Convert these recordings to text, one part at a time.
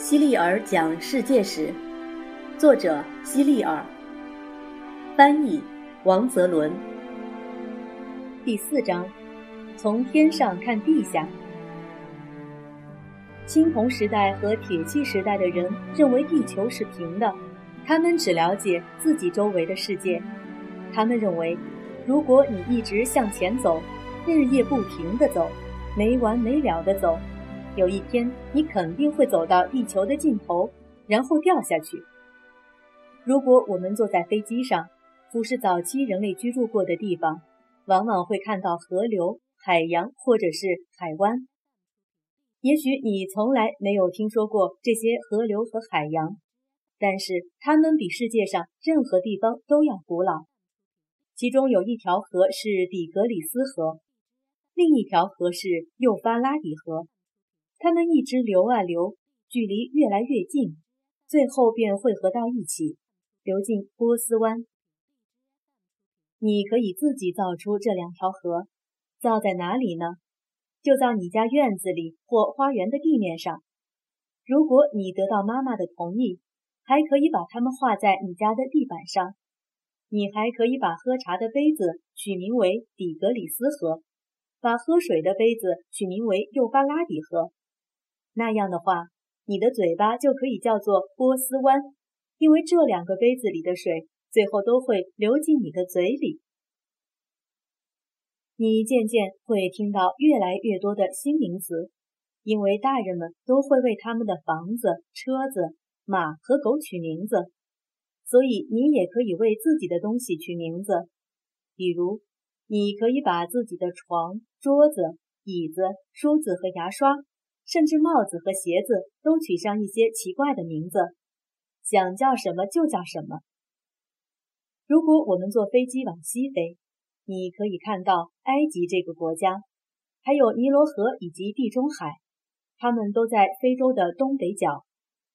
希利尔讲世界史，作者希利尔，翻译王泽伦。第4章，从天上看地下。青铜时代和铁器时代的人认为地球是平的，他们只了解自己周围的世界。他们认为，如果你一直向前走，日夜不停地走，没完没了地走，有一天你肯定会走到地球的尽头，然后掉下去。如果我们坐在飞机上，俯视早期人类居住过的地方，往往会看到河流、海洋或者是海湾。也许你从来没有听说过这些河流和海洋，但是它们比世界上任何地方都要古老。其中有一条河是底格里斯河，另一条河是幼发拉底河。它们一直流啊流，距离越来越近，最后便汇合到一起，流进波斯湾。你可以自己造出这2条河，造在哪里呢？就造你家院子里或花园的地面上。如果你得到妈妈的同意，还可以把它们画在你家的地板上。你还可以把喝茶的杯子取名为底格里斯河，把喝水的杯子取名为幼发拉底河。那样的话，你的嘴巴就可以叫做波斯湾，因为这2个杯子里的水最后都会流进你的嘴里。你渐渐会听到越来越多的新名词，因为大人们都会为他们的房子、车子、马和狗取名字，所以你也可以为自己的东西取名字。比如，你可以把自己的床、桌子、椅子、梳子和牙刷，甚至帽子和鞋子都取上一些奇怪的名字，想叫什么就叫什么。如果我们坐飞机往西飞，你可以看到埃及这个国家，还有尼罗河以及地中海，它们都在非洲的东北角。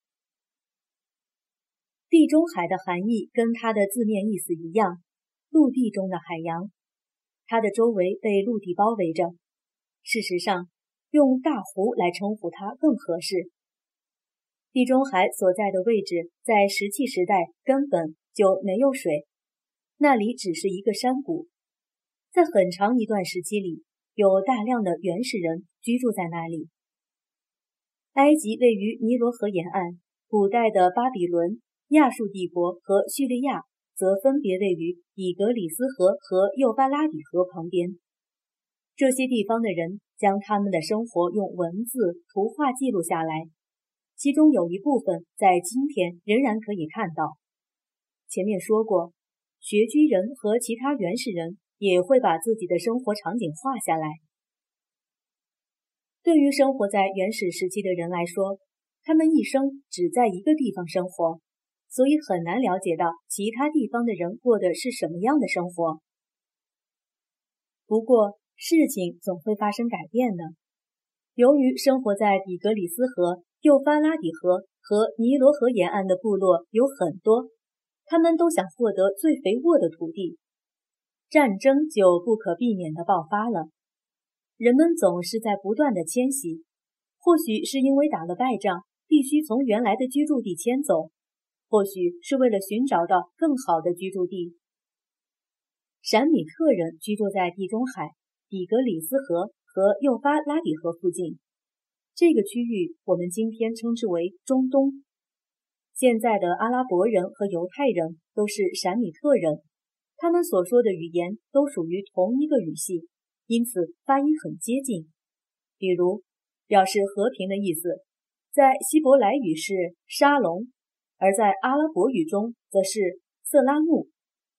地中海的含义跟它的字面意思一样，陆地中的海洋，它的周围被陆地包围着。事实上，用大湖来称呼它更合适。地中海所在的位置在石器时代根本就没有水，那里只是一个山谷。在很长一段时期里，有大量的原始人居住在那里。埃及位于尼罗河沿岸，古代的巴比伦、亚述帝国和叙利亚则分别位于底格里斯河和幼发拉底河旁边。这些地方的人将他们的生活用文字、图画记录下来，其中有一部分在今天仍然可以看到。前面说过，穴居人和其他原始人也会把自己的生活场景画下来。对于生活在原始时期的人来说，他们一生只在一个地方生活，所以很难了解到其他地方的人过的是什么样的生活。不过，事情总会发生改变的。由于生活在底格里斯河、幼发拉底河和尼罗河沿岸的部落有很多，他们都想获得最肥沃的土地，战争就不可避免地爆发了。人们总是在不断地迁徙，或许是因为打了败仗，必须从原来的居住地迁走，或许是为了寻找到更好的居住地。闪米特人居住在地中海、底格里斯河和幼发拉底河附近，这个区域我们今天称之为中东。现在的阿拉伯人和犹太人都是闪米特人，他们所说的语言都属于同一个语系，因此发音很接近。比如，表示和平的意思，在希伯来语是沙龙，而在阿拉伯语中则是色拉木。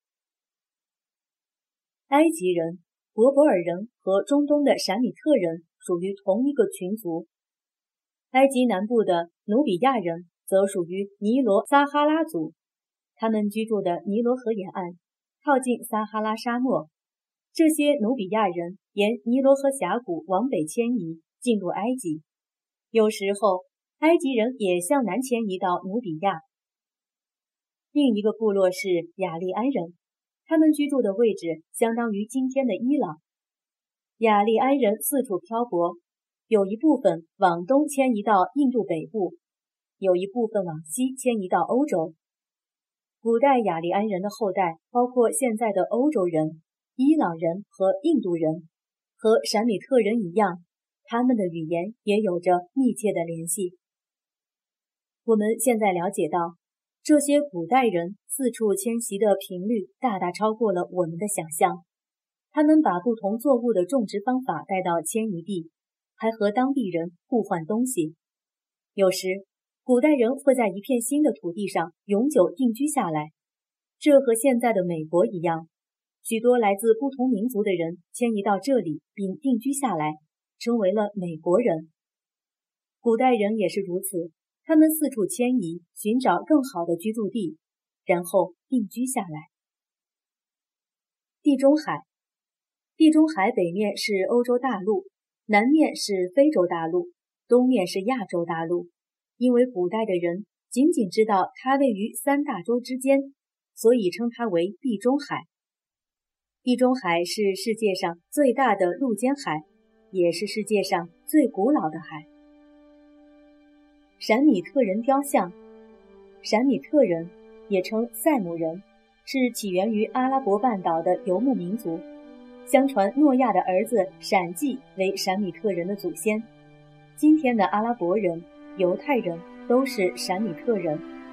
埃及人、柏柏尔人和中东的闪米特人属于同一个群族。埃及南部的努比亚人则属于尼罗撒哈拉族，他们居住的尼罗河沿岸，靠近撒哈拉沙漠。这些努比亚人沿尼罗河峡谷往北迁移，进入埃及。有时候，埃及人也向南迁移到努比亚。另一个部落是雅利安人，他们居住的位置相当于今天的伊朗。雅利安人四处漂泊，有一部分往东迁移到印度北部， 有一部分往西迁移到欧洲。古代雅利安人的后代包括现在的欧洲人、伊朗人和印度人，和闪米特人一样，他们的语言也有着密切的联系。我们现在了解到，这些古代人四处迁徙的频率大大超过了我们的想象。他们把不同作物的种植方法带到迁移地，还和当地人互换东西。有时，古代人会在一片新的土地上永久定居下来，这和现在的美国一样，许多来自不同民族的人迁移到这里并定居下来，成为了美国人。古代人也是如此，他们四处迁移，寻找更好的居住地，然后定居下来。地中海，地中海北面是欧洲大陆，南面是非洲大陆，东面是亚洲大陆。因为古代的人仅仅知道它位于三大洲之间，所以称它为地中海。地中海是世界上最大的陆间海，也是世界上最古老的海。闪米特人雕像，闪米特人也称塞姆人，是起源于阿拉伯半岛的游牧民族。相传诺亚的儿子闪记为闪米特人的祖先。今天的阿拉伯人、犹太人都是闪米特人。